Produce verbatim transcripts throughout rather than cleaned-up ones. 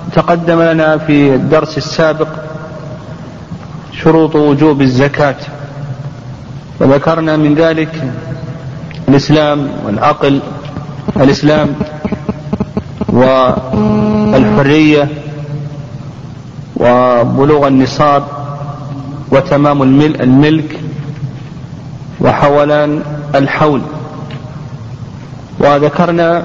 تقدم لنا في الدرس السابق شروط وجوب الزكاة، وذكرنا من ذلك الإسلام والعقل، الإسلام والحرية وبلوغ النصاب وتمام الملك وحولان الحول. وذكرنا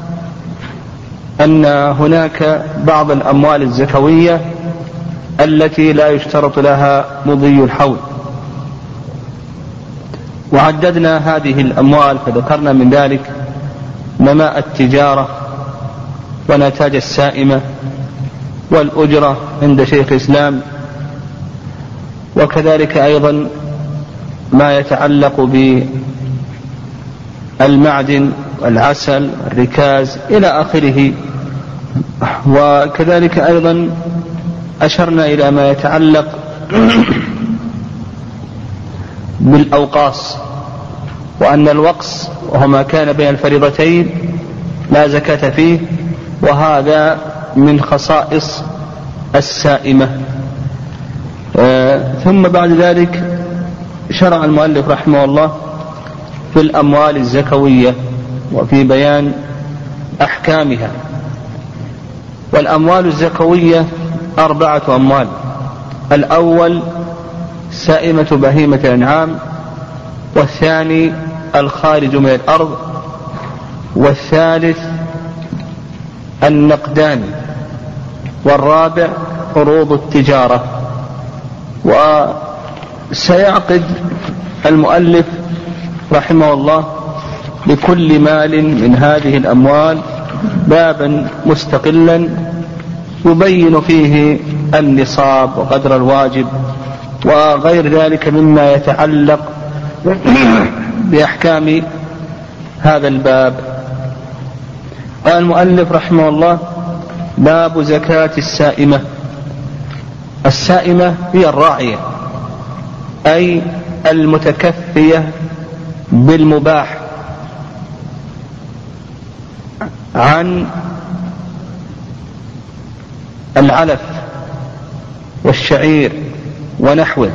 أن هناك بعض الأموال الزكوية التي لا يشترط لها مضي الحول، وعددنا هذه الأموال فذكرنا من ذلك نماء التجارة ونتاج السائمة والأجرة عند شيخ الإسلام، وكذلك أيضا ما يتعلق بالمعدن والعسل والركاز إلى آخره. وكذلك أيضا أشرنا إلى ما يتعلق بالأوقاص، وأن الوقص وهو ما كان بين الفريضتين لا زكاة فيه، وهذا من خصائص السائمة. آه ثم بعد ذلك شرع المؤلف رحمه الله في الأموال الزكوية وفي بيان أحكامها. والأموال الزكوية أربعة أموال: الأول سائمة بهيمة الأنعام، والثاني الخارج من الأرض، والثالث النقدان، والرابع عروض التجارة. وسيعقد المؤلف رحمه الله لكل مال من هذه الأموال بابا مستقلا يبين فيه النصاب وقدر الواجب وغير ذلك مما يتعلق بأحكام هذا الباب. قال المؤلف رحمه الله: باب زكاة السائمة. السائمة هي الراعية، أي المتكفية بالمباح عن العلف والشعير ونحوه.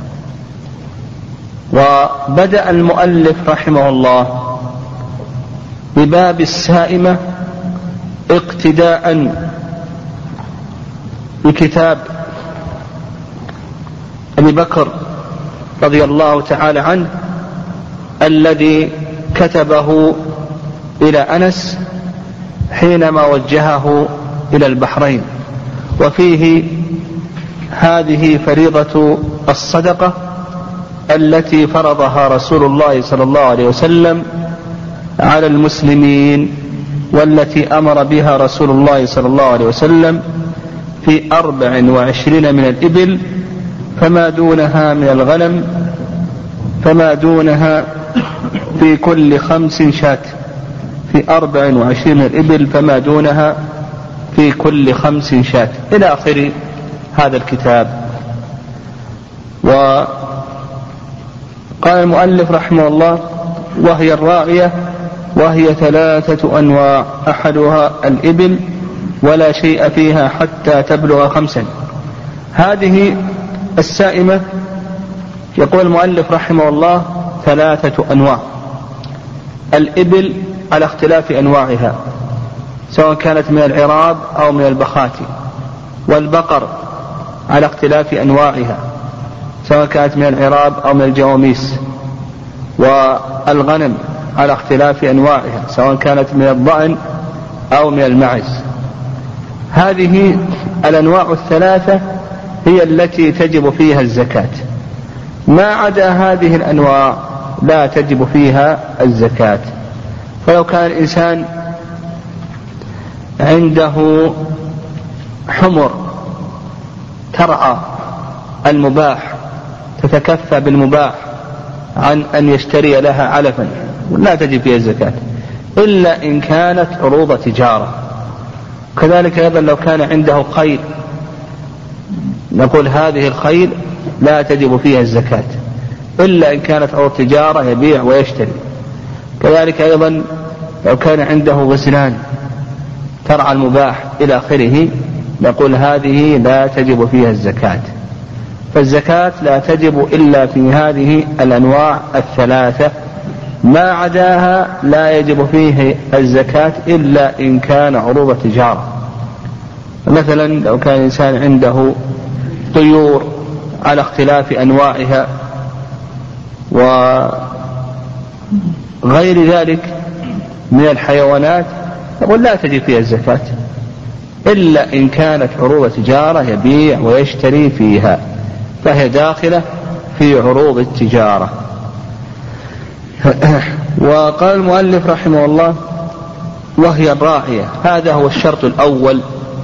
وبدأ المؤلف رحمه الله بباب السائمة اقتداء بكتاب أبي بكر رضي الله تعالى عنه الذي كتبه إلى أنس حينما وجهه إلى البحرين، وفيه هذه فريضة الصدقة التي فرضها رسول الله صلى الله عليه وسلم على المسلمين، والتي أمر بها رسول الله صلى الله عليه وسلم في أربع وعشرين من الإبل، فما دونها من الغنم، فما دونها في كل خمس شاة، في أربع وعشرين من الإبل فما دونها في كل خمس شاة، إلى آخر هذا الكتاب. وقال المؤلف رحمه الله: وهي الراعية، وهي ثلاثة أنواع: أحدها الإبل ولا شيء فيها حتى تبلغ خمسا. هذه السائمة يقول المؤلف رحمه الله ثلاثة أنواع: الإبل على اختلاف أنواعها سواء كانت من العراب أو من البخاتي، والبقر على اختلاف أنواعها سواء كانت من العراب أو من الجواميس، والغنم على اختلاف أنواعها سواء كانت من الضأن أو من المعز. هذه الأنواع الثلاثة هي التي تجب فيها الزكاة، ما عدا هذه الأنواع لا تجب فيها الزكاة. فلو كان الإنسان عنده حمر ترعى المباح تتكفى بالمباح عن أن يشتري لها علفا لا تجب فيها الزكاة إلا إن كانت عروض تجارة. كذلك أيضا لو كان عنده خيل نقول هذه الخيل لا تجب فيها الزكاة إلا إن كانت عروض تجارة يبيع ويشتري. كذلك أيضا لو كان عنده غزلان ترعى المباح إلى آخره نقول هذه لا تجب فيها الزكاة. فالزكاة لا تجب إلا في هذه الأنواع الثلاثة، ما عداها لا يجب فيه الزكاة إلا إن كان عروض تجارة. مثلا لو كان إنسان عنده طيور على اختلاف أنواعها وغير ذلك من الحيوانات، نقول لا تجب فيها الزكاة إلا إن كانت عروض تجارة يبيع ويشتري فيها، فهي داخلة في عروض التجارة. وقال المؤلف رحمه الله: وهي الراعية. هذا هو الشرط الأول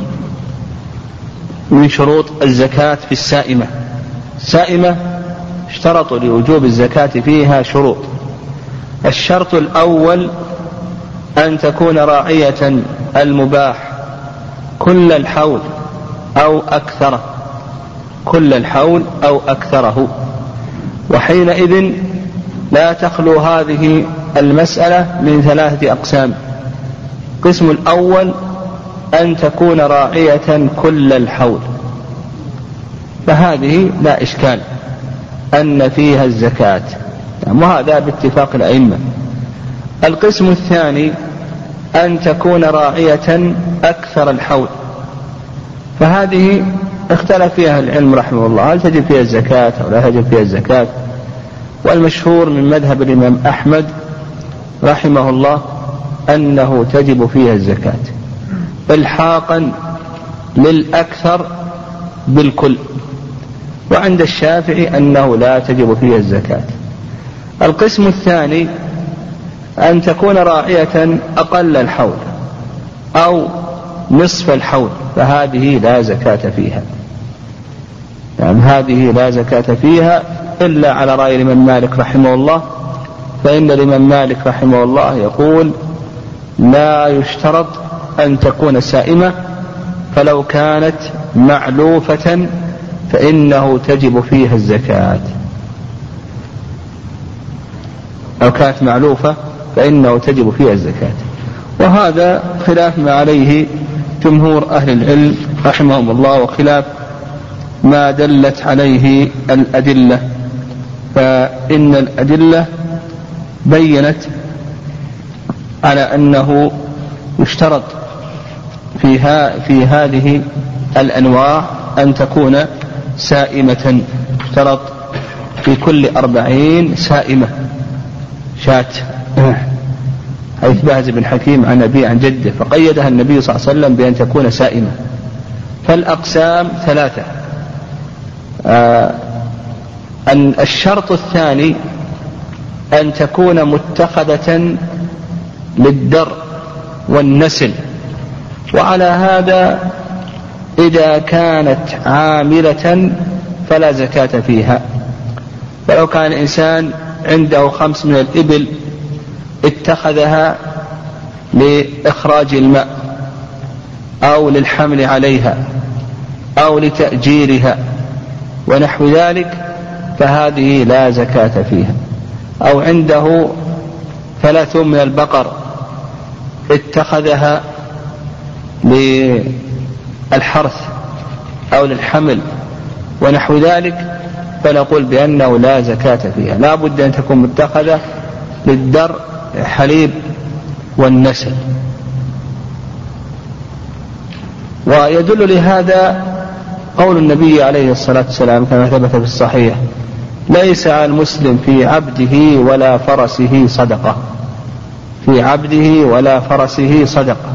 من شروط الزكاة في السائمة. السائمة اشترطوا لوجوب الزكاة فيها شروط. الشرط الأول أن تكون راعية المباح كل الحول أو أكثره، كل الحول أو أكثره. وحينئذ لا تخلو هذه المسألة من ثلاثة أقسام. القسم الأول أن تكون راعية كل الحول، فهذه لا إشكال أن فيها الزكاة، وهذا باتفاق الأئمة. القسم الثاني أن تكون راعية أكثر الحول، فهذه اختلف فيها العلم رحمه الله، هل تجب فيها الزكاة أو لا تجب فيها الزكاة. والمشهور من مذهب الإمام أحمد رحمه الله أنه تجب فيها الزكاة إلحاقا للأكثر بالكل، وعند الشافعي أنه لا تجب فيها الزكاة. القسم الثاني أن تكون راعية أقل الحول أو نصف الحول، فهذه لا زكاة فيها، يعني هذه لا زكاة فيها إلا على رأي الإمام مالك رحمه الله، فإن الإمام مالك رحمه الله يقول: لا يشترط أن تكون سائمة، فلو كانت معلوفة فإنه تجب فيها الزكاة. لو كانت معلوفة فإنه تجب فيها الزكاة. وهذا خلاف ما عليه جمهور أهل العلم رحمهم الله، وخلاف ما دلت عليه الأدلة، فإن الأدلة بينت على أنه يشترط فيها في هذه الأنواع أن تكون سائمة. يشترط في كل أربعين سائمة شاة، حيث باز بن حكيم عن أبي عن جده فقيدها النبي صلى الله عليه وسلم بأن تكون سائمة. فالأقسام ثلاثة. آه أن الشرط الثاني أن تكون متخذة للدر والنسل، وعلى هذا إذا كانت عاملة فلا زكاة فيها. فلو كان الإنسان عنده خمس من الإبل اتخذها لإخراج الماء أو للحمل عليها أو لتأجيرها ونحو ذلك، فهذه لا زكاة فيها. أو عنده ثلاث من البقر اتخذها للحرث أو للحمل ونحو ذلك، فنقول بأنه لا زكاة فيها، لا بد أن تكون متخذة للدر حليب والنسل. ويدل لهذا قول النبي عليه الصلاة والسلام كما ثبت في الصحيح: ليس على المسلم في عبده ولا فرسه صدقة، في عبده ولا فرسه صدقة.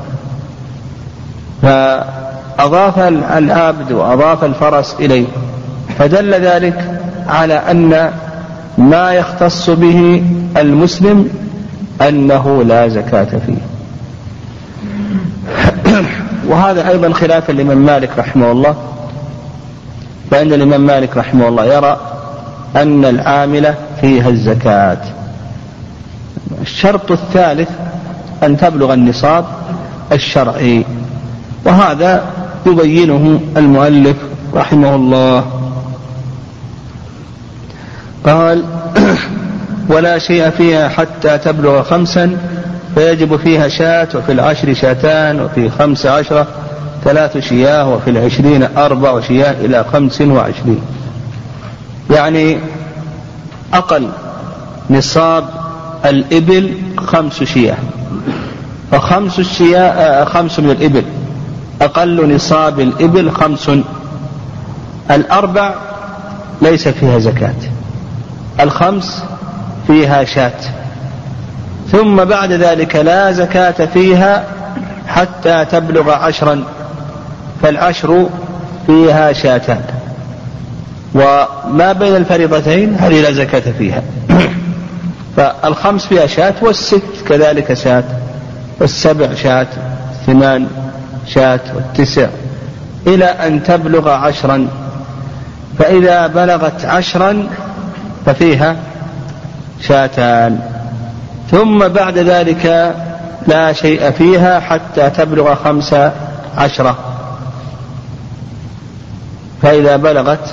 فأضاف العبد وأضاف الفرس إليه، فدل ذلك على أن ما يختص به المسلم أنه لا زكاة فيه. وهذا أيضا خلاف الإمام مالك رحمه الله، فإن الإمام مالك رحمه الله يرى أن العاملة فيها الزكاة. الشرط الثالث أن تبلغ النصاب الشرعي، وهذا يبينه المؤلف رحمه الله. قال: ولا شيء فيها حتى تبلغ خمسا، فيجب فيها شاة، وفي العشر شاتان، وفي خمس عشرة ثلاث شياه، وفي العشرين أربع شياه إلى خمس وعشرين. يعني أقل نصاب الإبل خمس شياه، وخمس الشياه خمس من الإبل، أقل نصاب الإبل خمس. الأربع ليس فيها زكاة، الخمس فيها شاة، ثم بعد ذلك لا زكاة فيها حتى تبلغ عشرا، فالعشر فيها شاتان، وما بين الفريضتين هذه لا زكاة فيها. فالخمس فيها شاة، والست كذلك شاة، والسبع شاة، الثمان شاة، والتسع، إلى أن تبلغ عشرا. فإذا بلغت عشرا ففيها شاتان، ثم بعد ذلك لا شيء فيها حتى تبلغ خمس عشرة. فإذا بلغت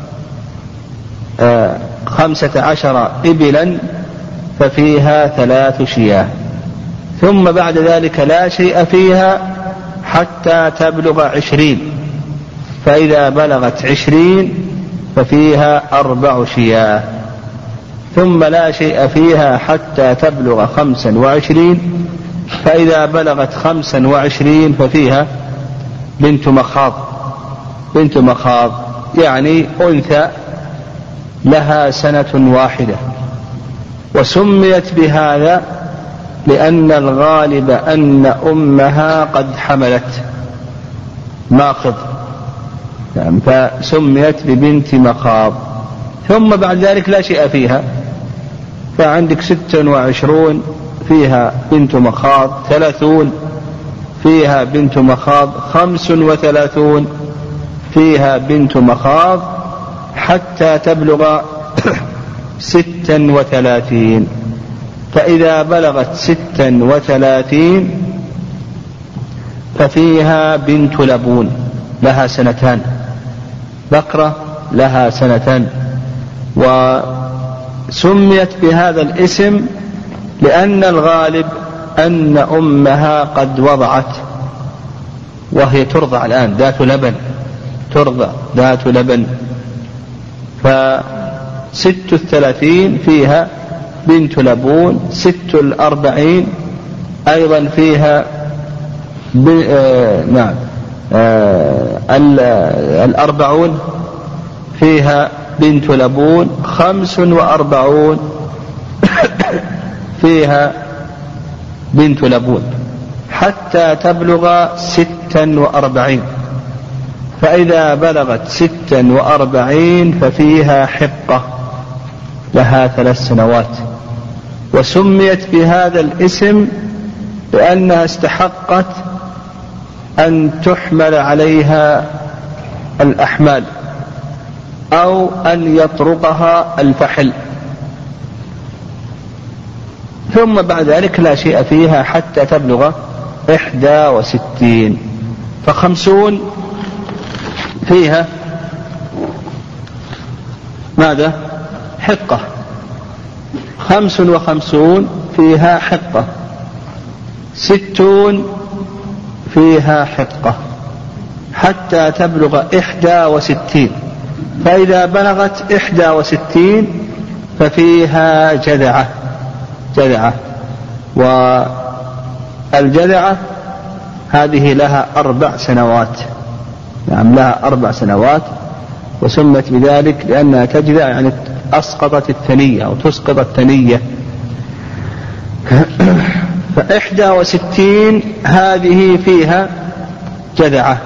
آه خمسة عشر إبلا ففيها ثلاث شياه، ثم بعد ذلك لا شيء فيها حتى تبلغ عشرين، فإذا بلغت عشرين ففيها أربع شياه، ثم لا شيء فيها حتى تبلغ خمسا وعشرين، فإذا بلغت خمسا وعشرين ففيها بنت مخاض. بنت مخاض يعني أنثى لها سنة واحدة، وسميت بهذا لأن الغالب أن أمها قد حملت ماخض، يعني فسميت ببنت مخاض. ثم بعد ذلك لا شيء فيها، فعندك ست وعشرون فيها بنت مخاض، ثلاثون فيها بنت مخاض، خمس وثلاثون فيها بنت مخاض، حتى تبلغ ستا وثلاثين. فإذا بلغت ستا وثلاثين ففيها بنت لبون لها سنتان، بكرة لها سنتان، وسميت بهذا الاسم لأن الغالب أن أمها قد وضعت، وهي ترضع الآن ذات لبن، ترضع ذات لبن. فست الثلاثين فيها بنت لبون، ست الأربعين أيضا فيها ب... آه... نعم آه... الأربعون فيها بنت لبون، خمس وأربعون فيها بنت لبون، حتى تبلغ ستا وأربعين. فإذا بلغت ستا وأربعين ففيها حقة لها ثلاث سنوات، وسميت بهذا الاسم لأنها استحقت أن تحمل عليها الأحمال أو أن يطرقها الفحل. ثم بعد ذلك لا شيء فيها حتى تبلغ إحدى وستين. فخمسون فيها ماذا؟ حقة. خمس وخمسون فيها حقة، ستون فيها حقة، حتى تبلغ إحدى وستين. فإذا بلغت إحدى وستين ففيها جذعة. جذعة والجذعة هذه لها أربع سنوات، نعم لها أربع سنوات، وسمت بذلك لأنها تجذع يعني أسقطت الثنية أو تسقط الثنية. فإحدى وستين هذه فيها جذعة.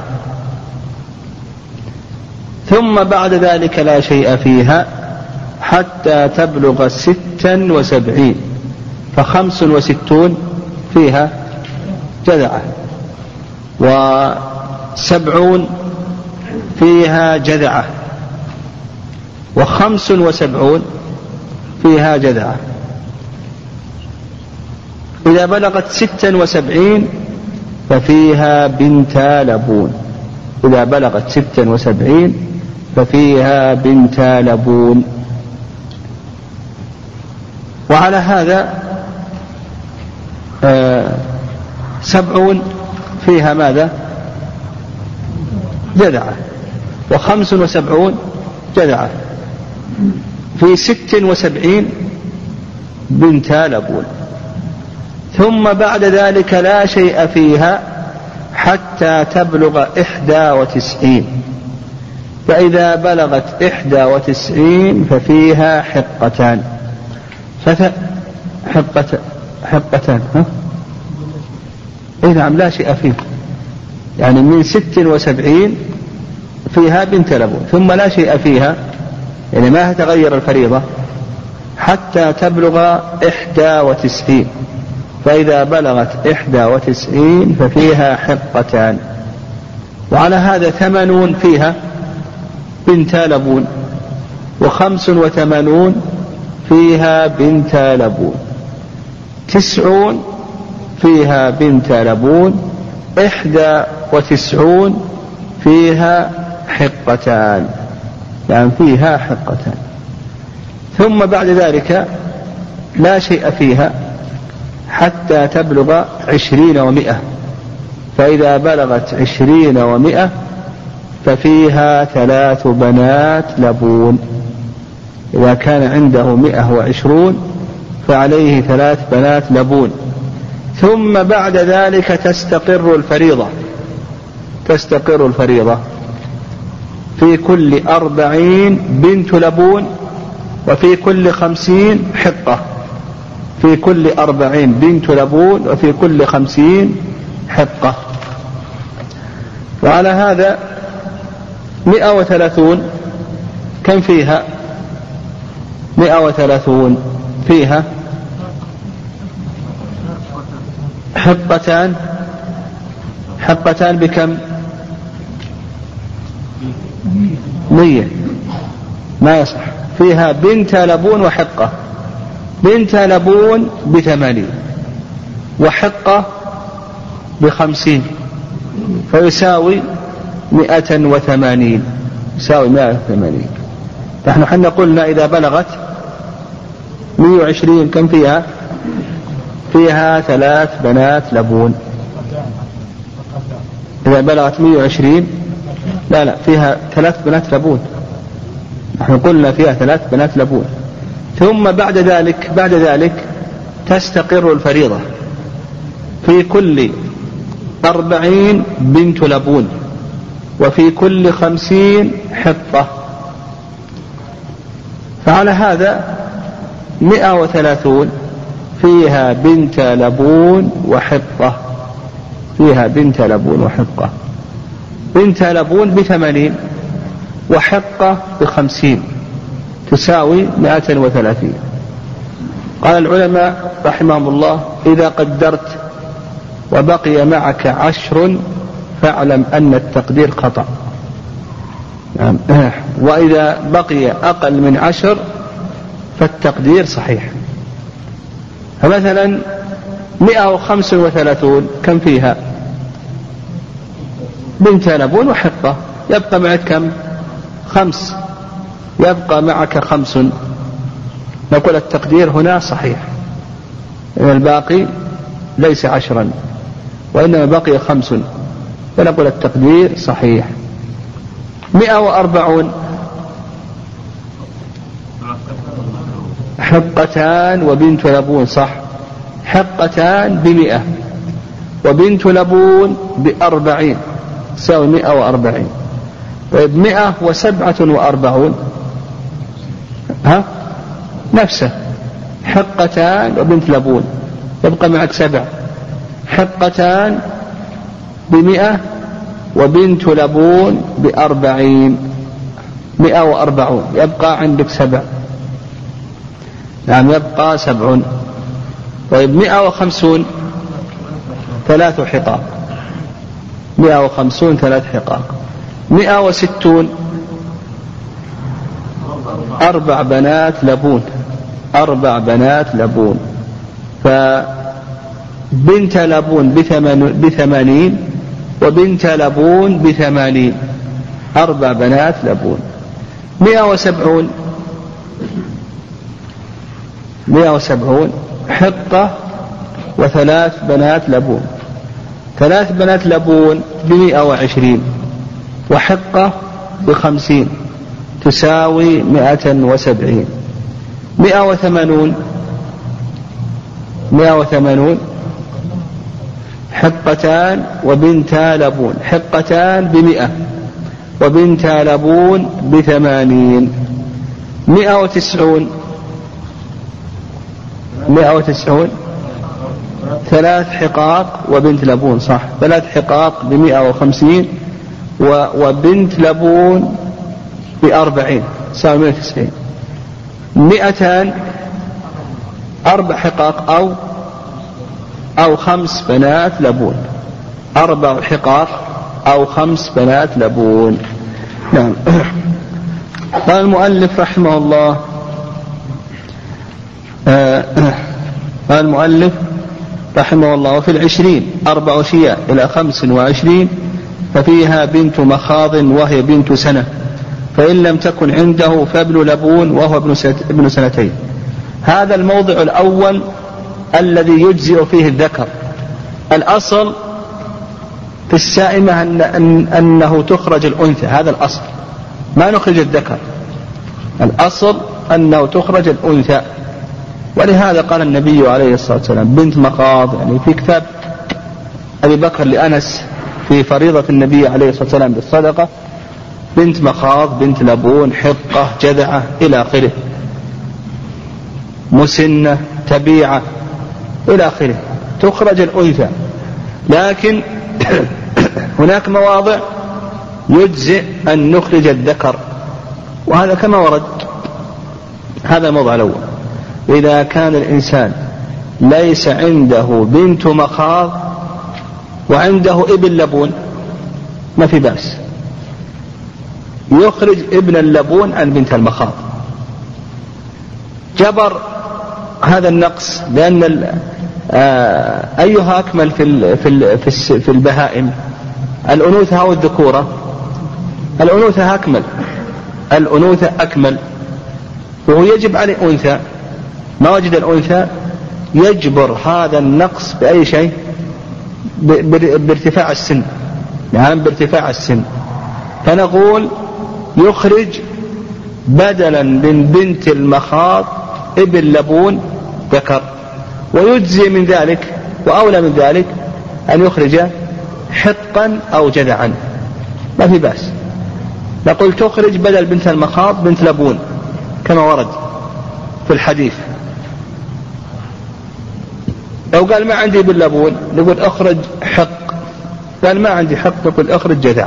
ثم بعد ذلك لا شيء فيها حتى تبلغ ستا وسبعين. فخمس وستون فيها جذعة، وسبعون فيها جذعة، وخمس وسبعون فيها جذعة. إذا بلغت ستا وسبعين ففيها بنتا لبون. إذا بلغت ستا وسبعين ففيها بنتا لبون. وعلى هذا آه سبعون فيها ماذا؟ جذعة، وخمس وسبعون جذعة، في ست وسبعين بنتا لبون. ثم بعد ذلك لا شيء فيها حتى تبلغ إحدى وتسعين، فإذا بلغت إحدى وتسعين ففيها حقتان. فت... حقة... حقتان ها؟ إيه نعم لا شيء فيه، يعني من ست وسبعين فيها بنت لبون، ثم لا شيء فيها يعني ما تغير الفريضة حتى تبلغ إحدى وتسعين، فإذا بلغت إحدى وتسعين ففيها حقتان. وعلى هذا ثمانون فيها بنت لبون، وخمس وثمانون فيها بنت لبون، تسعون فيها بنت لبون، إحدى وتسعون فيها حقتان، يعني فيها حقتان. ثم بعد ذلك لا شيء فيها حتى تبلغ عشرين ومئة، فإذا بلغت عشرين ومئة ففيها ثلاث بنات لبون. إذا كان عنده مئة وعشرون فعليه ثلاث بنات لبون. ثم بعد ذلك تستقر الفريضة، تستقر الفريضة في كل أربعين بنت لبون، وفي كل خمسين حقة، في كل أربعين بنت لبون وفي كل خمسين حقة. وعلى هذا مئة وثلاثون كم فيها؟ مئة وثلاثون فيها حقتان. حقتان بكم؟ مية، ما يصح. فيها بنت لبون وحقة. بنت لبون بثمانين وحقة بخمسين، فيساوي مئة وثمانين، يساوي مئة وثمانين. نحن حنا قلنا إذا بلغت مئة وعشرين كم فيها؟ فيها ثلاث بنات لبون. إذا بلغت مئة وعشرين لا لا فيها ثلاث بنات لبون، نحن قلنا فيها ثلاث بنات لبون. ثم بعد ذلك بعد ذلك تستقر الفريضة في كل أربعين بنت لبون، وفي كل خمسين حقة. فعلى هذا مئة وثلاثون فيها بنت لبون وحقة، فيها بنت لبون وحقة. بنت لبون بثمانين وحقة بخمسين، تساوي مائة وثلاثين. قال العلماء رحمهم الله: إذا قدرت وبقي معك عشر فاعلم أن التقدير خطأ، وإذا بقي أقل من عشر فالتقدير صحيح. فمثلا مئة وخمس وثلاثون كم فيها؟ بنت لبون وحقة، يبقى معك كم؟ خمس، يبقى معك خمس. نقول التقدير هنا صحيح، إن الباقي ليس عشرا وإنما بقي خمس، فنقول التقدير صحيح. مئة وأربعون حقتان وبنت لبون، صح، حقتان بمئة وبنت لبون بأربعين، تساوي مئة وأربعين. طيب مئة وسبعة وأربعون ها نفسه، حقتان وبنت لبون، يبقى معك سبع. حقتان بمئة وبنت لبون بأربعين، مئة وأربعون، يبقى عندك سبع. نعم يبقى سبع. طيب مئة وخمسون ثلاث حقاق، مئة وخمسون ثلاث حقاق. مئة وستون أربع بنات لبون، أربع بنات لبون، فبنت لبون بثمانين وبنت لبون بثمانين، أربع بنات لبون. مئة وسبعون مئة وسبعون حقة وثلاث بنات لبون، ثلاث بنات لبون بمئة وعشرين، وحقة بخمسين تساوي مائة وسبعين. مائة وثمانون مائة وثمانون حقتان وبنتا لبون، حقتان بمئة وبنتا لبون بثمانين. مائة وتسعون مائة وتسعون ثلاث حقاق وبنت لبون، صح، ثلاث حقاق بمئة وخمسين وبنت لبون بأربعين تساوي مائة وتسعين. مئتان أربع حقاق أو أو خمس بنات لبون، أربع حقاق أو خمس بنات لبون. نعم. قال المؤلف رحمه الله قال المؤلف رحمه الله وفي العشرين أربع شياء إلى خمس وعشرين ففيها بنت مخاض وهي بنت سنة، فإن لم تكن عنده فابن لبون وهو ابن سنتين. هذا الموضع الأول الذي يجزئ فيه الذكر. الأصل في السائمة أن أن أنه تخرج الأنثى، هذا الأصل، ما نخرج الذكر، الأصل أنه تخرج الأنثى. ولهذا قال النبي عليه الصلاة والسلام بنت مخاض، يعني في كتاب أبي بكر لأنس في فريضة النبي عليه الصلاة والسلام بالصدقة، بنت مخاض، بنت لبون، حقة، جذعة إلى آخره، مسنة، تبيعة إلى آخره، تخرج الأنثى. لكن هناك مواضع يجزئ أن نخرج الذكر، وهذا كما ورد. هذا الموضع الأول، إذا كان الإنسان ليس عنده بنت مخاض وعنده ابن لبون ما في بأس، يخرج ابن اللبون عن بنت المخاض. جبر هذا النقص لأن أيها أكمل في في في البهائم، الأنوثة أو الذكورة؟ الأنوثة أكمل، الأنوثة أكمل، وهو يجب عليه أنثى، ما وجد الأنثى يجبر هذا النقص بأي شيء؟ بارتفاع السن، يعني بارتفاع السن. فنقول يخرج بدلا من بنت المخاض ابن لبون ذكر، ويجزي من ذلك وأولى من ذلك أن يخرج حقا أو جذعا، ما في بأس. نقول تخرج بدل بنت المخاض بنت لبون كما ورد في الحديث. لو قال ما عندي ابن لبون نقول اخرج حق، قال ما عندي حق نقول اخرج جذع.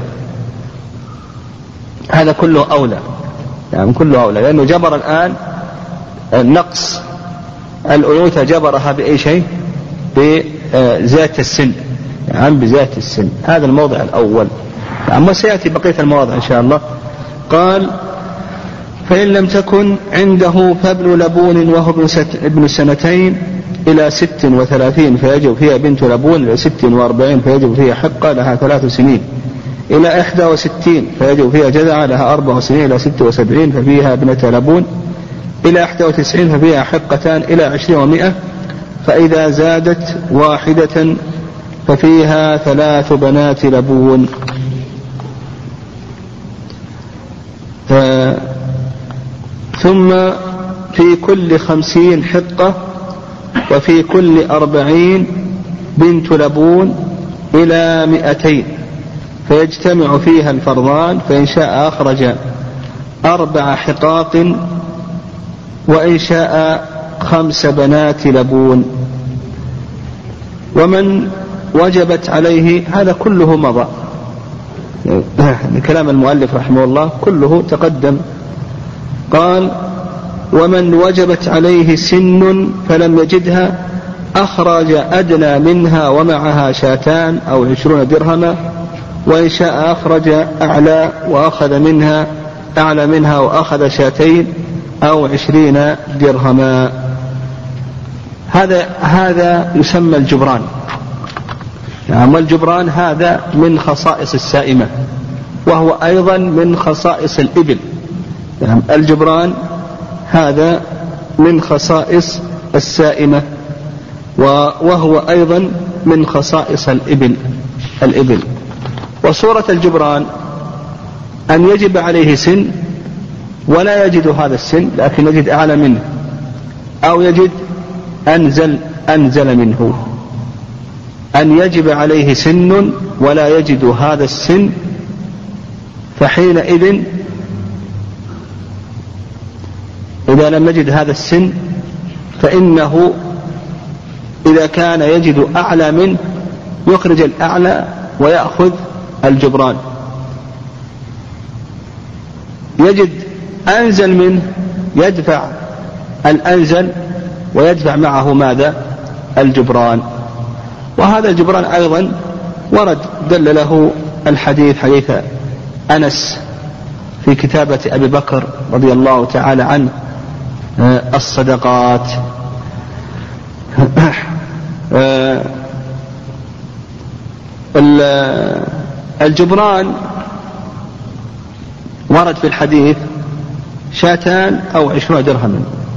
هذا كله أولى، يعني كله أولى، لأنه جبر الآن النقص الأنوثة، جبرها بأي شيء؟ بزيادة السن، يعني بزيادة السن. هذا الموضع الأول، أما سيأتي بقية المواضع إن شاء الله. قال فإن لم تكن عنده فابن لبون وهو ابن سنتين إلى ست وثلاثين فيجب فيها بنت لبون، إلى ست وأربعين فيجب فيها حقة لها ثلاث سنين، إلى إحدى وستين فيجب فيها جذعة لها أربع سنين، إلى ست وسبعين ففيها ابنة لبون، إلى إحدى وتسعين ففيها حقتان، إلى عشرين ومائة فإذا زادت واحدة ففيها ثلاث بنات لبون. آه ثم في كل خمسين حقة وفي كل أربعين بنت لبون إلى مئتين فيجتمع فيها الفرضان، فإن شاء أخرج أربع حقاق وإن شاء خمس بنات لبون. ومن وجبت عليه، هذا كله مضى، كلام المؤلف رحمه الله كله تقدم. قال ومن وجبت عليه سن فلم يجدها أخرج أدنى منها ومعها شاتان أو عشرون درهما، وإن شاء أخرج أعلى وأخذ منها أعلى منها وأخذ شاتين أو عشرين درهما. هذا هذا يسمى الجبران. يعني والجبران هذا من خصائص السائمة، وهو أيضا من خصائص الإبل. يعني الجبران هذا من خصائص السائمة، وهو أيضا من خصائص الإبل الإبل وصورة الجبران أن يجب عليه سن ولا يجد هذا السن لكن يجد أعلى منه، أو يجد أنزل أنزل منه. أن يجب عليه سن ولا يجد هذا السن، فحينئذ إذا لم يجد هذا السن فإنه إذا كان يجد أعلى منه يخرج الأعلى ويأخذ الجبران، يجد أنزل منه يدفع الأنزل ويدفع معه ماذا؟ الجبران. وهذا الجبران أيضا ورد دل له الحديث حديث أنس في كتابة أبي بكر رضي الله تعالى عنه الصدقات. الجبران ورد في الحديث شاتان أو عشرون درهما،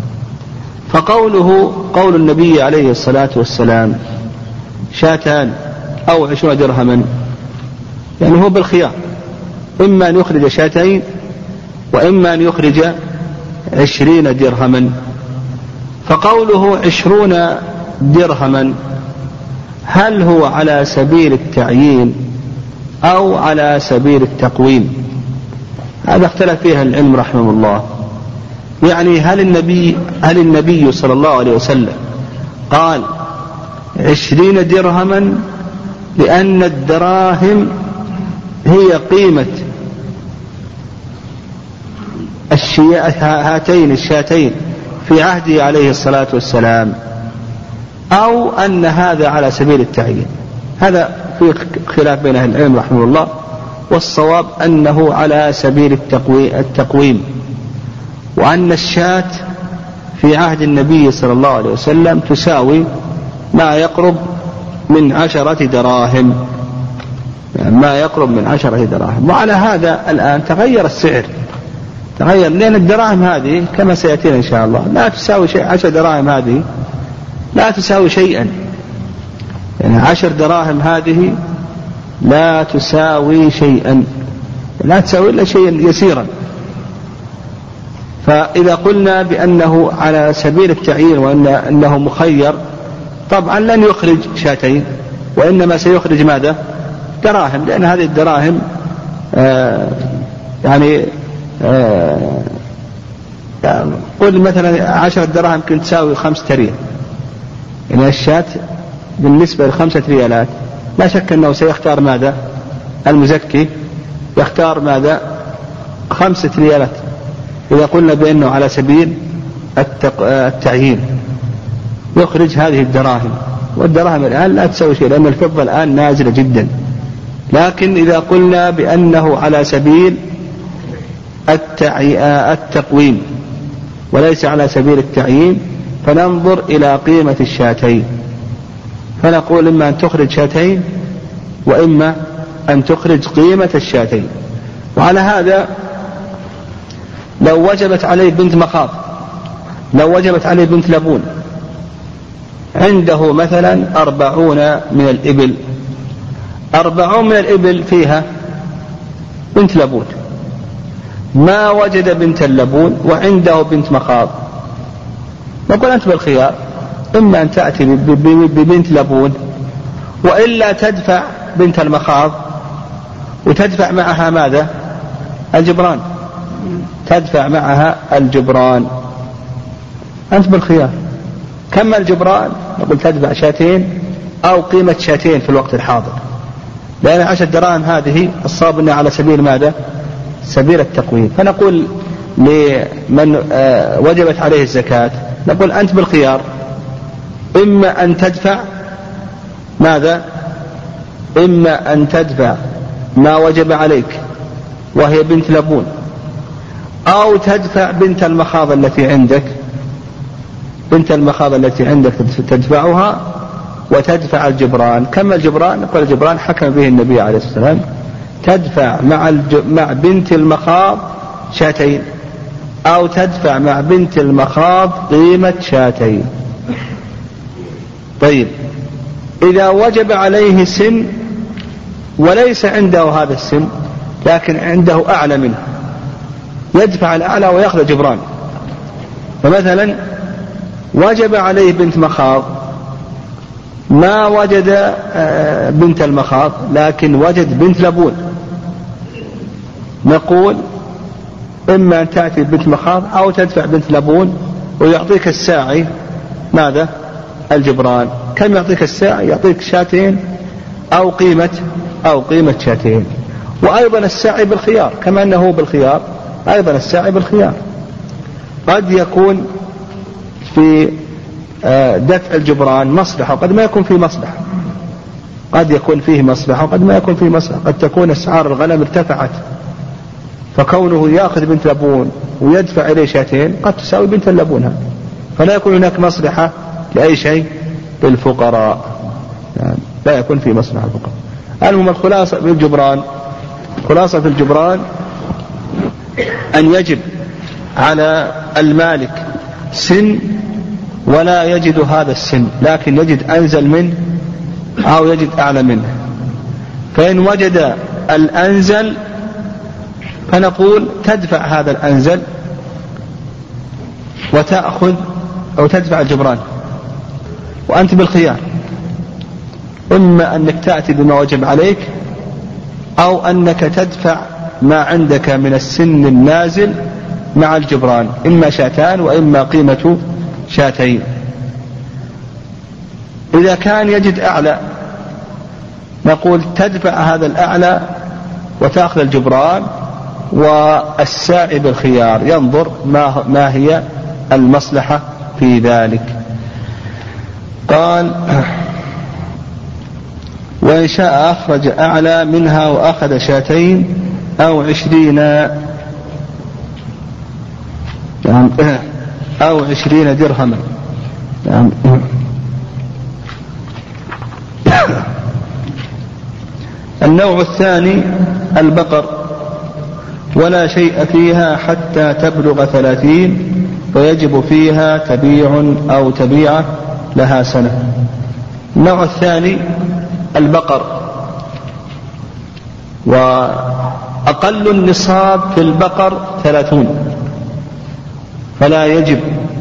فقوله قول النبي عليه الصلاة والسلام شاتان أو عشرون درهما يعني هو بالخيار، إما أن يخرج شاتين وإما أن يخرج عشرين درهما. فقوله عشرون درهما هل هو على سبيل التعيين أو على سبيل التقويم؟ هذا اختلف فيها العلم رحمه الله. يعني هل النبي هل النبي صلى الله عليه وسلم قال عشرين درهما لأن الدراهم هي قيمة هاتين الشاتين في عهده عليه الصلاة والسلام، أو أن هذا على سبيل التعيين؟ هذا في خلاف بين أهل العلم رحمه الله، والصواب أنه على سبيل التقويم، وأن الشاة في عهد النبي صلى الله عليه وسلم تساوي ما يقرب من عشرة دراهم، يعني ما يقرب من عشرة دراهم. وعلى هذا الآن تغير السعر، تغير لأن الدراهم هذه كما سيأتينا إن شاء الله لا تساوي شيء. عشر دراهم هذه لا تساوي شيئا، يعني عشر دراهم هذه لا تساوي شيئا، لا تساوي إلا شيئا يسيرا. فإذا قلنا بأنه على سبيل التعيين وأنه مخير طبعا لن يخرج شاتين، وإنما سيخرج ماذا؟ دراهم، لأن هذه الدراهم آه يعني آه يعني قل مثلا عشرة دراهم كنت تساوي خمسة ريال، يعني الشاة بالنسبة لخمسة ريالات لا شك أنه سيختار ماذا؟ المزكي يختار ماذا؟ خمسة ريالات إذا قلنا بأنه على سبيل التعيين يخرج هذه الدراهم. والدراهم الآن لا تساوي شيء لأن الفضة الآن نازلة جدا. لكن إذا قلنا بأنه على سبيل التقويم وليس على سبيل التعيين فننظر إلى قيمة الشاتين، فنقول إما أن تخرج شاتين وإما أن تخرج قيمة الشاتين. وعلى هذا لو وجبت عليه بنت مخاض، لو وجبت عليه بنت لبون، عنده مثلا أربعون من الإبل، أربعون من الإبل فيها بنت لبون، ما وجد بنت اللبون وعنده بنت مخاض، نقول أنت بالخيار، إما أن تأتي ببنت لبون وإلا تدفع بنت المخاض وتدفع معها ماذا؟ الجبران، تدفع معها الجبران، أنت بالخيار. كم الجبران؟ نقول تدفع شاتين أو قيمة شاتين في الوقت الحاضر، لأن عشر دراهم هذه الصواب أنها على سبيل ماذا؟ سبيل التقويم. فنقول لمن وجبت عليه الزكاة نقول أنت بالخيار، إما أن تدفع ماذا؟ إما أن تدفع ما وجب عليك وهي بنت لبون، أو تدفع بنت المخاض التي عندك، بنت المخاض التي عندك تدفعها وتدفع الجبران. كما الجبران؟ نقول الجبران حكم به النبي عليه الصلاة والسلام، تدفع مع, مع بنت المخاض شاتين أو تدفع مع بنت المخاض قيمة شاتين. طيب إذا وجب عليه سن وليس عنده هذا السن لكن عنده أعلى منه، يدفع الأعلى ويأخذ جبران. فمثلا وجب عليه بنت مخاض، ما وجد بنت المخاض لكن وجد بنت لبون، نقول إما أن تأتي بنت مخاض أو تدفع بنت لبون ويعطيك الساعي ماذا؟ الجبران. كم يعطيك الساعي؟ يعطيك شاتين أو قيمة أو قيمة شاتين. وأيضا الساعي بالخيار، كما أنه بالخيار أيضا الساعي بالخيار. قد يكون في دفع الجبران مصلحة وقد ما يكون فيه مصلحة، قد يكون فيه مصلحة وقد ما يكون فيه مصلحة. قد تكون أسعار الغنم ارتفعت، فكونه يأخذ بنت لبون ويدفع إليه شاتين قد تساوي بنت اللبون هذا، فلا يكون هناك مصلحة لأي شيء للفقراء، يعني لا يكون فيه مصلحة الفقراء. المهم الخلاصة في الجبران، خلاصة في الجبران أن يجب على المالك سن ولا يجد هذا السن، لكن يجد أنزل منه أو يجد أعلى منه. فإن وجد الأنزل فنقول تدفع هذا الأنزل وتأخذ أو تدفع الجبران، وأنت بالخيار، إما أنك تأتي بما وجب عليك أو أنك تدفع ما عندك من السن النازل مع الجبران، إما شاتان وإما قيمة شاتين. إذا كان يجد أعلى نقول تدفع هذا الأعلى وتأخذ الجبران، والساعي بالخيار ينظر ما, ما هي المصلحة في ذلك. قال وإن شاء أخرج أعلى منها وأخذ شاتين أو عشرين أو عشرين درهما. النوع الثاني البقر، ولا شيء فيها حتى تبلغ ثلاثين فيجب فيها تبيع أو تبيعة لها سنة. النوع الثاني البقر، وأقل النصاب في البقر ثلاثون، فلا يجب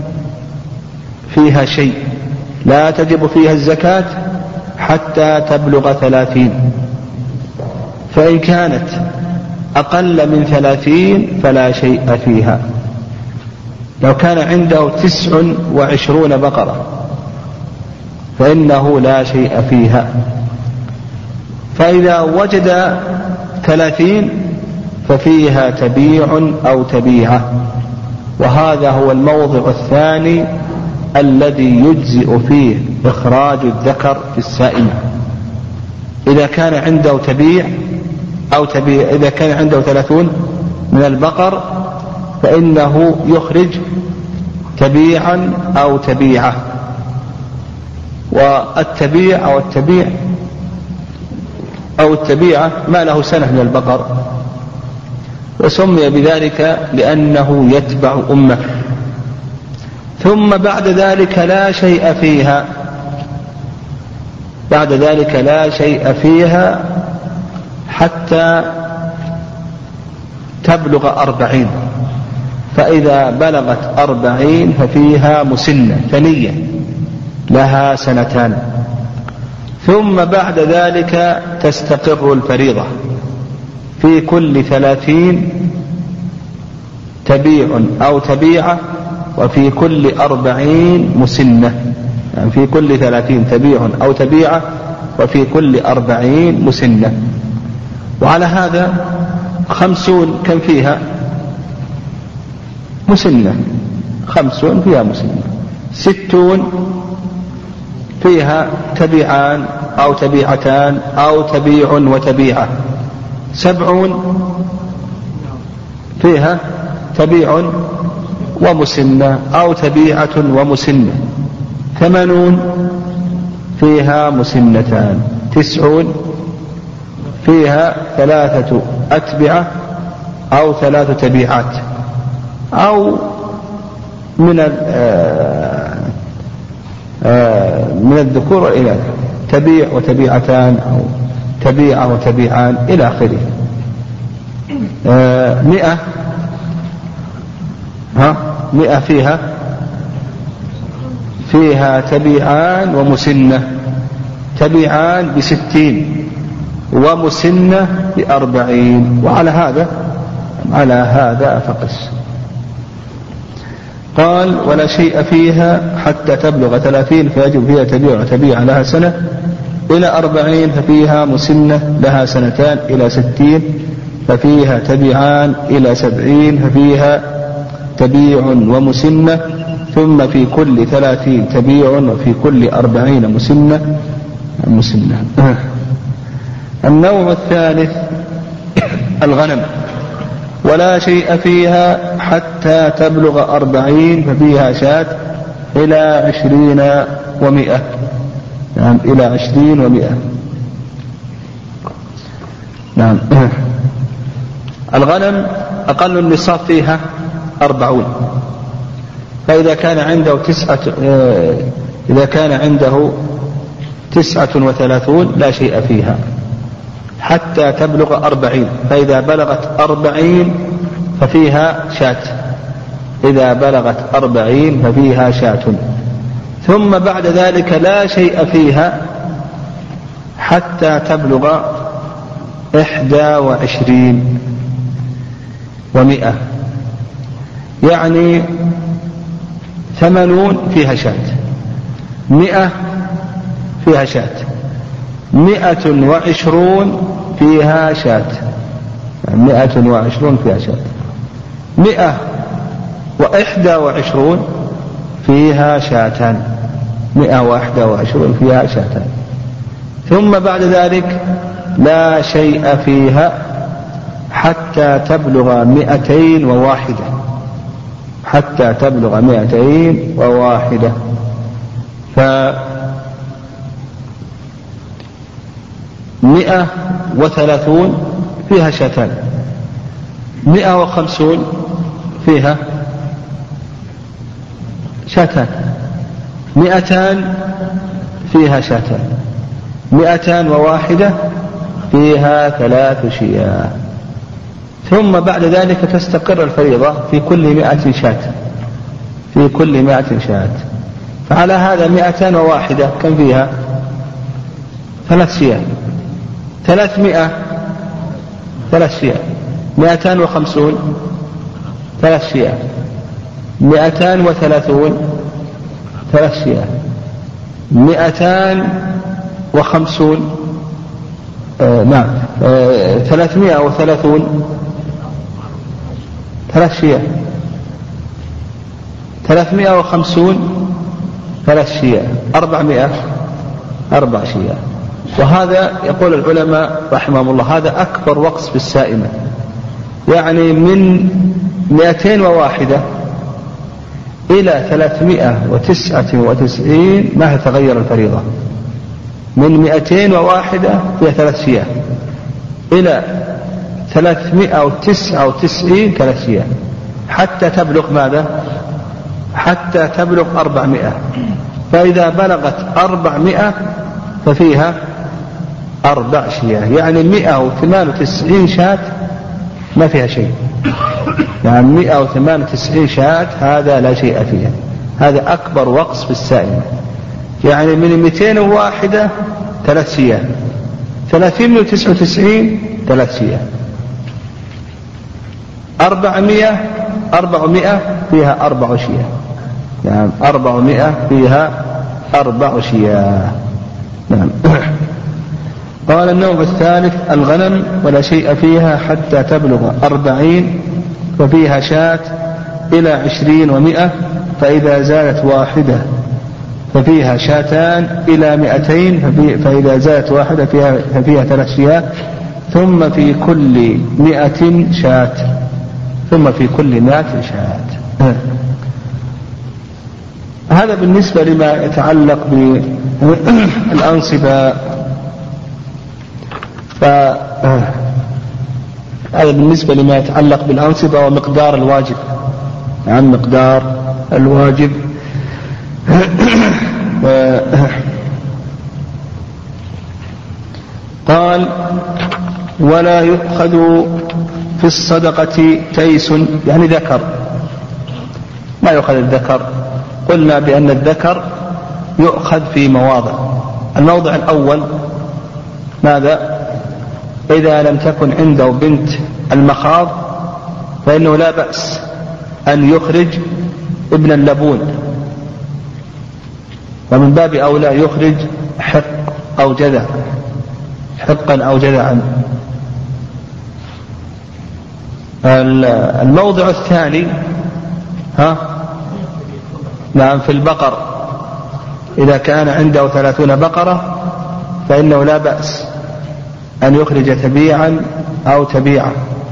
فيها شيء، لا تجب فيها الزكاة حتى تبلغ ثلاثين. فإن كانت أقل من ثلاثين فلا شيء فيها. لو كان عنده تسع وعشرون بقرة فإنه لا شيء فيها. فإذا وجد ثلاثين ففيها تبيع أو تبيعة، وهذا هو الموضع الثاني الذي يجزئ فيه إخراج الذكر في السائمة. إذا كان عنده تبيع أو تبيع، إذا كان عنده ثلاثون من البقر فإنه يخرج تبيعا أو تبيعة. والتبيع أو التبيع أو التبيعة ما له سنة من البقر، وسمي بذلك لأنه يتبع أمه. ثم بعد ذلك لا شيء فيها، بعد ذلك لا شيء فيها حتى تبلغ أربعين، فإذا بلغت أربعين ففيها مسنة ثنية لها سنتان. ثم بعد ذلك تستقر الفريضة، في كل ثلاثين تبيع أو تبيعة، وفي كل أربعين مسنة، يعني في كل ثلاثين تبيع أو تبيعة وفي كل أربعين مسنة. وعلى هذا خمسون كم فيها مسنة، خمسون فيها مسنة. ستون فيها تبيعان أو تبيعتان أو تبيع وتبيعة. سبعون فيها تبيع ومسنة أو تبيعة ومسنة. ثمانون فيها مسنتان. تسعون فيها ثلاثة أتبعة أو ثلاث تبيعات، أو من من الذكور والإناث تبيع وتبيعتان أو تبيعة وتبيعان إلى آخره. آه مئة ها مئة فيها فيها تبيعان ومسنة. تبيعان بستين ومسنة بأربعين، وعلى هذا على هذا فقس. قال ولا شيء فيها حتى تبلغ ثلاثين فيجب فيها تبيع وتبيع لها سنة إلى أربعين ففيها مسنة لها سنتان إلى ستين ففيها تبيعان إلى سبعين ففيها تبيع ومسنة ثم في كل ثلاثين تبيع وفي كل أربعين مسنة مسنة. النوع الثالث الغنم ولا شيء فيها حتى تبلغ أربعين ففيها شاة إلى عشرين ومئة. نعم إلى عشرين ومئة. نعم. الغنم أقل النصاب فيها أربعون، فإذا كان عنده تسعة إذا كان عنده تسعة وثلاثون لا شيء فيها حتى تبلغ أربعين، فإذا بلغت أربعين ففيها شاة. إذا بلغت أربعين ففيها شاة. ثم بعد ذلك لا شيء فيها حتى تبلغ إحدى وعشرين ومئة، يعني ثمانون فيها شاة، مئة فيها شاة، مئة وعشرون فيها شاة، مئة وعشرون فيها شاة، مئة وإحدى وعشرون فيها شاتان، مئة وإحدى وعشرون فيها شاتان. ثم بعد ذلك لا شيء فيها حتى تبلغ مئتين وواحدة، حتى تبلغ مئتين وواحدة. ف مئة وثلاثون فيها شاتان، مئة وخمسون فيها شاتان، مئتان فيها شاتان، مئتان وواحدة فيها ثلاث شياه. ثم بعد ذلك تستقر الفريضة في كل مئة شاة، في كل مئة شاة. فعلى هذا مئتان وواحدة كم فيها؟ ثلاث شياه، ثلاثمائة ثلاث شياه، مئتان وخمسون ثلاث شياه، مئتان وثلاثون ثلاث شياه، مئتان وخمسون آه نعم آه ثلاثمائة وثلاثون ثلاث شياه، ثلاثمائة وخمسون ثلاث شياه، أربعمائة أربع شياه. وهذا يقول العلماء رحمهم الله هذا أكبر وقص في السائمة، يعني من مئتين وواحدة إلى ثلاثمائة وتسعة وتسعين ما تغير الفريضة. من مئتين وواحدة فيها ثلاث شياه إلى ثلاثمائة وتسعة وتسعين ثلاث شياه حتى تبلغ ماذا؟ حتى تبلغ أربعمائة. فإذا بلغت أربعمائة ففيها أربع شياه، يعني مئة وثمان وتسعين شاة ما فيها شيء، يعني مئة وثمان وتسعين شاة هذا لا شيء فيها. هذا أكبر وقص في السائمة، يعني من مئتين وواحدة ثلاث شياه، ثلاثين وتسعة وتسعين ثلاث شياه، أربعمائة أربعمائة فيها أربع شياه، يعني أربعمائة فيها أربع شياه. نعم. قال النوع الثالث الغنم ولا شيء فيها حتى تبلغ أربعين وفيها شاة إلى عشرين ومئة، فإذا زالت واحدة ففيها شاتان إلى مئتين، فإذا زالت واحدة فيها, ففيها ثلاث شياه، ثم في كل مئة شاة، ثم في كل مئة شاة. هذا بالنسبة لما يتعلق بالأنصبة. فهذا بالنسبة لما يتعلق بالأنصبة ومقدار الواجب، عن مقدار الواجب. قال ولا يؤخذ في الصدقة تيس يعني ذكر، ما يؤخذ الذكر. قلنا بأن الذكر يؤخذ في مواضع. الموضع الأول ماذا؟ إذا لم تكن عنده بنت المخاض فإنه لا بأس أن يخرج ابن اللبون، ومن باب أولى يخرج حق أو جذع، حقا أو جذعا. الموضع الثاني ها نعم في البقر، إذا كان عنده ثلاثون بقرة فإنه لا بأس أن يخرج تبيعا أو تبيعا.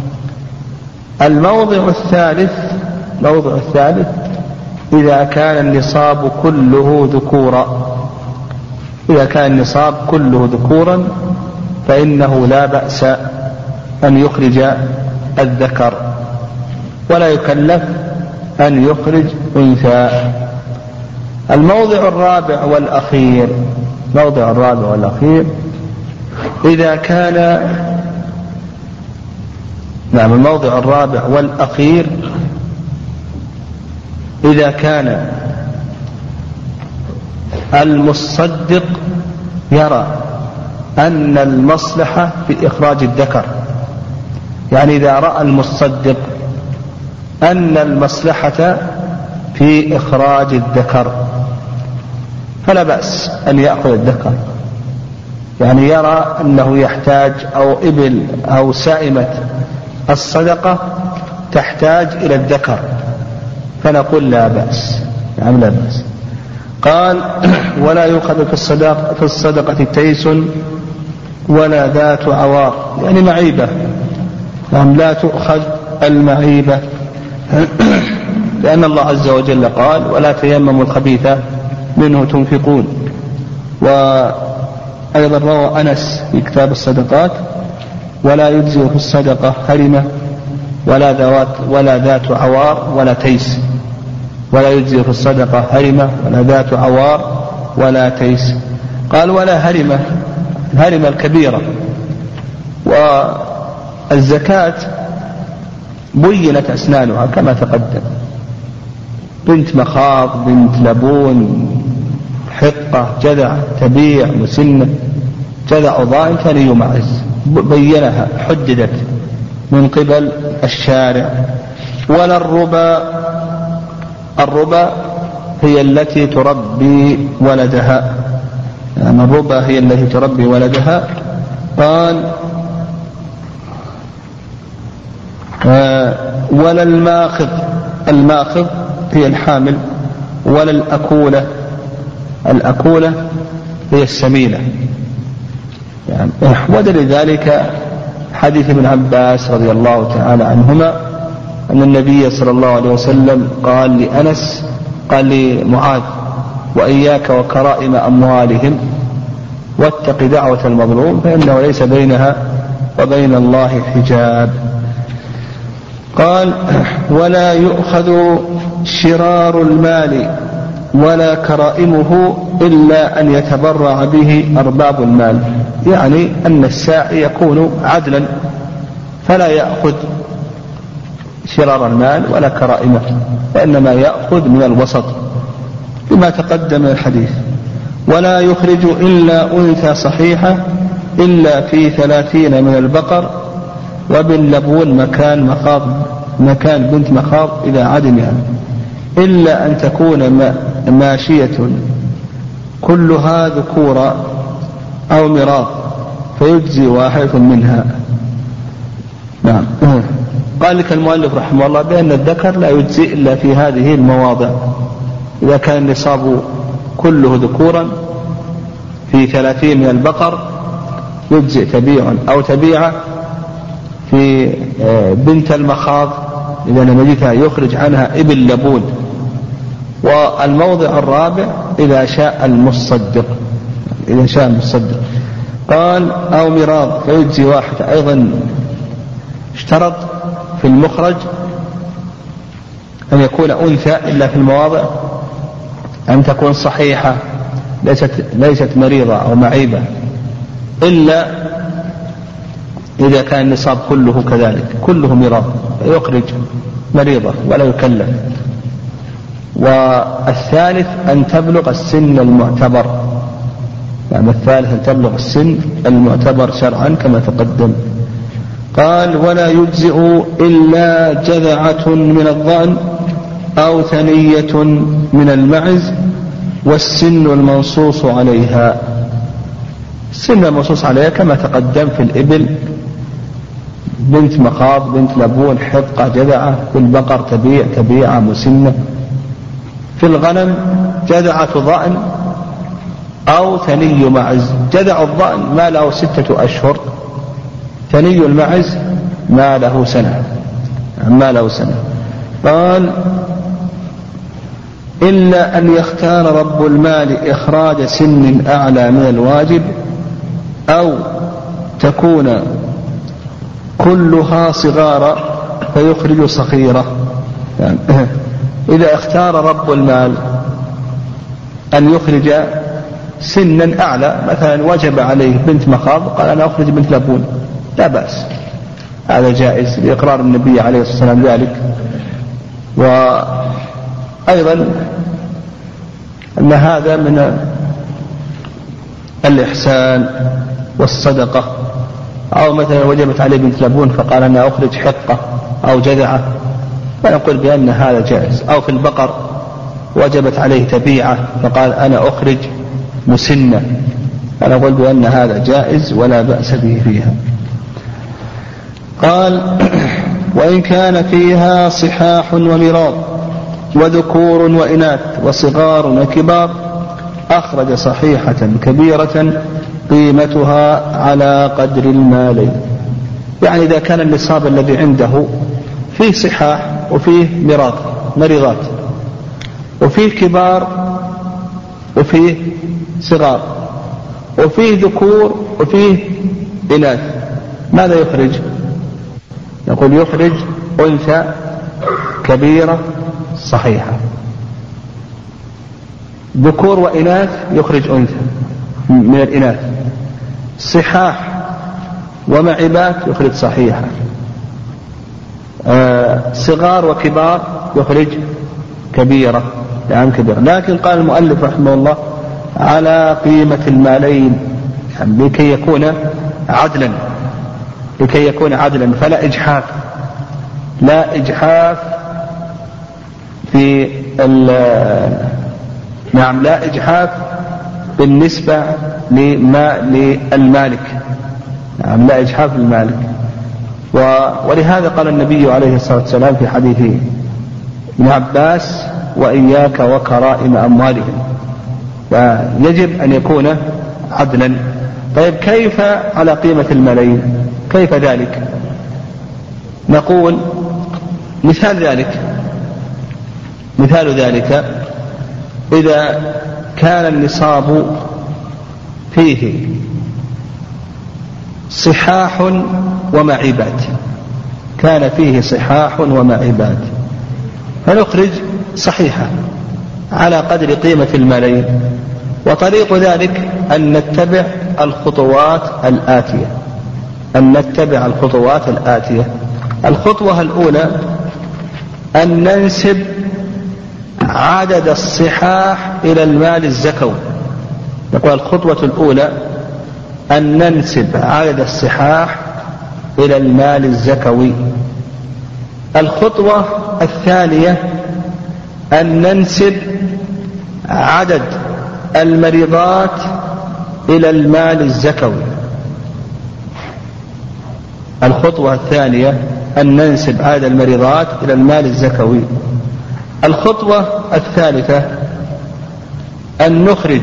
الموضع الثالث موضع الثالث إذا كان النصاب كله ذكورا، إذا كان النصاب كله ذكورا فإنه لا بأس أن يخرج الذكر، ولا يكلف أن يخرج أنثى. الموضع الرابع والأخير موضع الرابع والأخير إذا كان نعم الموضع الرابع والأخير إذا كان المصدق يرى أن المصلحة في إخراج الذكر، يعني إذا رأى المصدق أن المصلحة في إخراج الذكر فلا بأس أن يأخذ الذكر، يعني يرى أنه يحتاج أو إبل أو سائمة الصدقة تحتاج إلى الذكر فنقول لا بأس، يعني لا بأس. قال ولا يؤخذ في الصدقة, في الصدقة تيس ولا ذات عوار، يعني معيبة، يعني لا تؤخذ المعيبة، لأن الله عز وجل قال ولا تيمموا الخبيث منه تنفقون. وأيضا روى أنس في كتاب الصدقات ولا يجزئ في الصدقة هرمة ولا ذات ولا ذات عوار ولا تيس، ولا يجزئ في الصدقة هرمة ولا ذات عوار ولا تيس. قال ولا هرمة، الهرمة الكبيرة. والزكاة بينت أسنانها كما تقدم، بنت مخاض، بنت لبون، حقة، جذع، تبيع، مسنة، جذع ضائن كان يمعز، بينها حددت من قبل الشارع. ولا الربا، الربا هي التي تربي ولدها، يعني الربا هي التي تربي ولدها. قال آه ولا الماخذ، الماخذ هي الحامل. ولا الأكولة، الأكولة هي السمينة، يعني ودل ذلك حديث ابن عباس رضي الله تعالى عنهما أن النبي صلى الله عليه وسلم قال لأنس، قال لمعاذ وإياك وكرائم أموالهم واتق دعوة المظلوم فإنه ليس بينها وبين الله حجاب. قال ولا يؤخذ شرار المال ولا كرائمه إلا أن يتبرع به أرباب المال، يعني أن الساعي يكون عدلا فلا يأخذ شرار المال ولا كرائمه، وإنما يأخذ من الوسط بما تقدم الحديث. ولا يخرج إلا أنثى صحيحة إلا في ثلاثين من البقر وباللبون مكان مخاض، مكان بنت مخاض إذا عدمها، إلا أن تكون ماشية كلها ذكورا أو مراض فيجزي واحد منها. نعم. قال لك المؤلف رحمه الله بأن الذكر لا يجزي إلا في هذه المواضع، إذا كان النصاب كله ذكورا في ثلاثين من البقر يجزئ تبيع أو تبيعة، في بنت المخاض إذا لم يجدها يخرج عنها ابن لبون. والموضع الرابع إذا شاء المصدق، إذا شاء المصدق. قال أو مراض فيجزي واحد. أيضا اشترط في المخرج أن يكون أنثى إلا في المواضع أن تكون صحيحة ليست, ليست مريضة أو معيبة، إلا إذا كان النصاب كله كذلك كله مرض يخرج مريضة ولا يكلف. والثالث أن تبلغ السن المعتبر، يعني الثالث أن تبلغ السن المعتبر شرعا كما تقدم. قال ولا يجزئ إلا جذعة من الضأن أو ثنية من المعز والسن المنصوص عليها. السن المنصوص عليها كما تقدم في الإبل بنت مخاض بنت لبون حقة جذعة، في البقر تبيع تبيعة مسنة، في الغنم جذعة ضأن أو ثني معز. جذع الضأن ما له ستة أشهر، ثني المعز ما له سنة ما له سنة. قال إلا أن يختار رب المال إخراج سن أعلى من الواجب أو تكون كلها صغارا فيخرج صغيرة. يعني إذا اختار رب المال أن يخرج سنا أعلى، مثلا وجب عليه بنت مخاض قال أنا أخرج بنت لبون، لا بأس، هذا جائز لإقرار النبي عليه الصلاة والسلام ذلك. وأيضا أن هذا من الإحسان والصدقة. أو مثلا وجبت عليه بنت لبون فقال أنا أخرج حقة أو جذعة، فنقول بأن هذا جائز. أو في البقر وجبت عليه تبيعة فقال أنا أخرج مسنة، فنقول بأن هذا جائز ولا بأس به فيها. قال وإن كان فيها صحاح ومراض وذكور وإناث وصغار وكبار أخرج صحيحة كبيرة قيمتها على قدر المالين. يعني إذا كان النصاب الذي عنده فيه صحاح وفيه مراض مريضات وفيه كبار وفيه صغار وفيه ذكور وفيه إناث، ماذا يخرج؟ يقول يخرج أنثى كبيرة صحيحة. ذكور وإناث يخرج أنثى من الإناث. صحاح ومعبات يخرج صحيحة. آه صغار وكبار يخرج كبيرة يعني كبيرة. لكن قال المؤلف رحمه الله على قيمة المالين، يعني لكي يكون عدلا لكي يكون عدلا فلا إجحاف لا إجحاف في نعم لا إجحاف بالنسبة لما للمالك، نعم لا إجحاف للمالك. ولهذا قال النبي عليه الصلاة والسلام في حديث ابن عباس وإياك وكرائم أموالهم، فيجب أن يكون عدلا. طيب كيف على قيمة الملايين؟ كيف ذلك؟ نقول مثال ذلك مثال ذلك إذا كان النصاب فيه صحاح ومعيبات كان فيه صحاح ومعيبات فنخرج صحيحة على قدر قيمة الملايين. وطريق ذلك أن نتبع الخطوات الآتية أن نتبع الخطوات الآتية الخطوة الأولى أن ننسب عدد الصحاح إلى المال الزكوي. نقول الخطوة الأولى أن ننسب عدد الصحاح إلى المال الزكوي. الخطوة الثانية أن ننسب عدد المريضات إلى المال الزكوي. الخطوة الثانية أن ننسب عدد المريضات إلى المال الزكوي. الخطوة الثالثة أن نخرج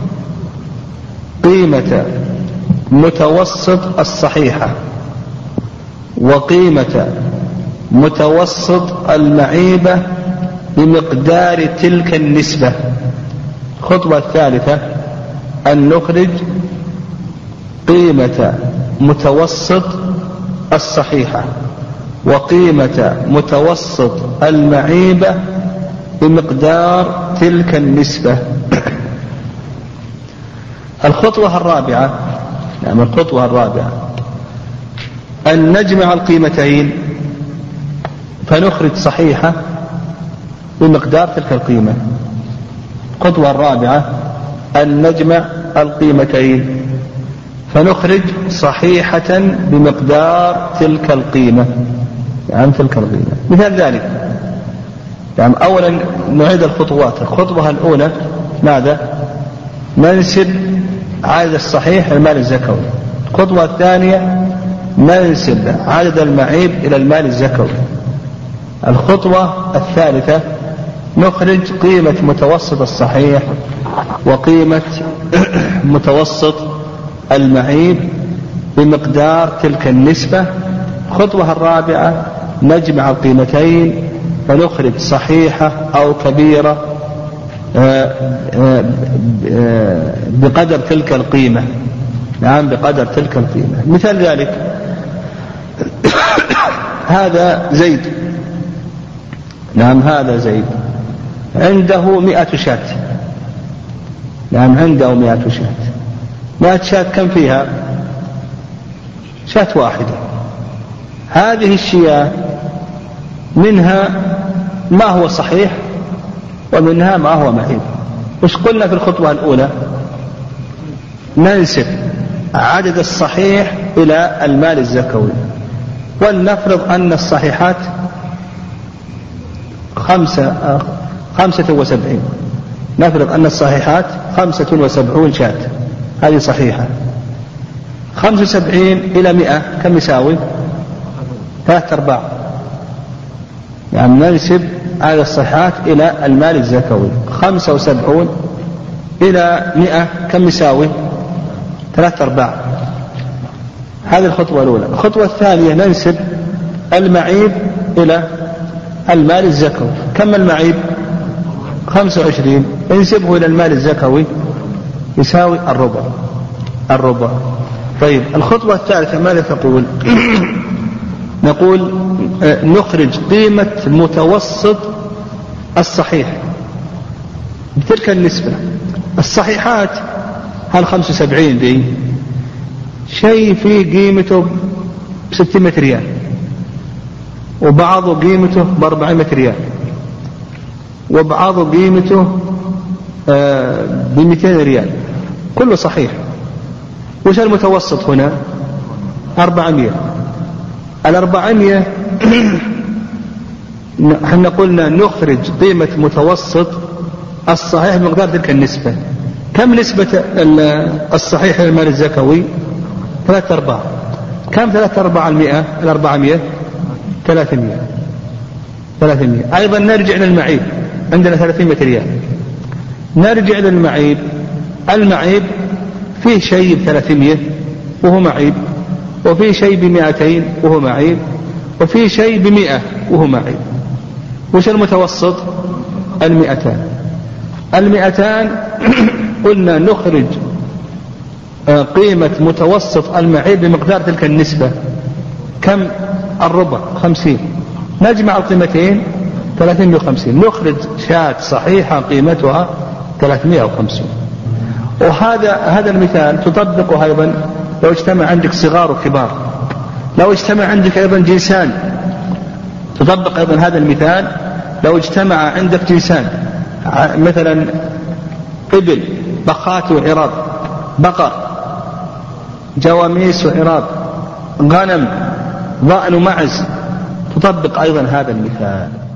قيمة متوسط الصحيحة وقيمة متوسط المعيبة بمقدار تلك النسبة. الخطوة الثالثة أن نخرج قيمة متوسط الصحيحة وقيمة متوسط المعيبة بمقدار تلك النسبة. الخطوة الرابعة نعم الخطوة الرابعة أن نجمع القيمتين فنخرج صحيحة بمقدار تلك القيمة. الخطوة الرابعة أن نجمع القيمتين فنخرج صحيحة بمقدار تلك القيمة، يعني تلك القيمة. مثال ذلك، يعني أولا نعيد الخطوات. الخطوة الأولى ماذا؟ ننسب عدد الصحيح المال الزكوي. الخطوة الثانية ننسب عدد المعيب إلى المال الزكوي. الخطوة الثالثة نخرج قيمة متوسط الصحيح وقيمة متوسط المعيب بمقدار تلك النسبة. الخطوة الرابعة نجمع القيمتين فنخرج صحيحة أو كبيرة بقدر تلك القيمة. نعم، بقدر تلك القيمة. مثال ذلك، هذا زيد، نعم هذا زيد عنده مئة شاة، نعم عنده مئة شاة. مئة شاة كم فيها؟ شاة واحدة. هذه الشياه منها ما هو صحيح ومنها ما هو معيب. وش قلنا في الخطوة الأولى؟ ننسب عدد الصحيح إلى المال الزكوي، ولنفرض أن الصحيحات خمسة خمسة وسبعين. نفرض أن الصحيحات خمسة وسبعون شاة، هذه صحيحة. خمسة وسبعين إلى مئة كم يساوي؟ ثلاثة أرباع. يعني ننسب عدد الصحيحات إلى المال الزكوي. خمسة وسبعون إلى مئة كم يساوي؟ ثلاثة أرباع. هذه الخطوة الأولى. الخطوة الثانية ننسب المعيب إلى المال الزكوي. كم المعيب؟ خمسة وعشرين. انسبه إلى المال الزكوي يساوي الربع. الربع. طيب الخطوة الثالثة ماذا تقول؟ نقول نخرج قيمة متوسط الصحيح بتلك النسبة. الصحيحات هل خمسة وسبعين دي شيء في قيمته بستمائة ريال، وبعضه قيمته بأربعمائة ريال، وبعضه قيمته بمئتين ريال، كله صحيح. وش المتوسط هنا؟ أربعمائة. الأربعمائة احنا قلنا نخرج قيمة متوسط الصحيح بمقدار تلك النسبة. كم نسبة الصحيح للمال الزكوي؟ ثلاثة أرباع. كم ثلاثة أرباع المئة؟ الأربعمائة ثلاثمائة. ثلاثمائة. أيضا نرجع للمعيب، عندنا ثلاثمائة ريال. نرجع للمعيب. المعيب فيه شيء بثلاثمائة وهو معيب، وفيه شيء بمئتين وهو معيب، وفيه شيء بمئة وهو معيب. وش المتوسط؟ المئتان. المئتان قلنا نخرج قيمة متوسط المعيب بمقدار تلك النسبة. كم؟ الربع، خمسين. نجمع القيمتين ثلاثمائة وخمسين، نخرج شاة صحيحة قيمتها ثلاثمائة وخمسين. وهذا هذا المثال تطبقه أيضا لو اجتمع عندك صغار وكبار، لو اجتمع عندك أيضا جنسان تطبق أيضا هذا المثال. لو اجتمع عندك جنسان مثلا إبل، بخات وعراض، بقر، جواميس وعراض، غنم، ضأن ومعز، تطبق أيضا هذا المثال.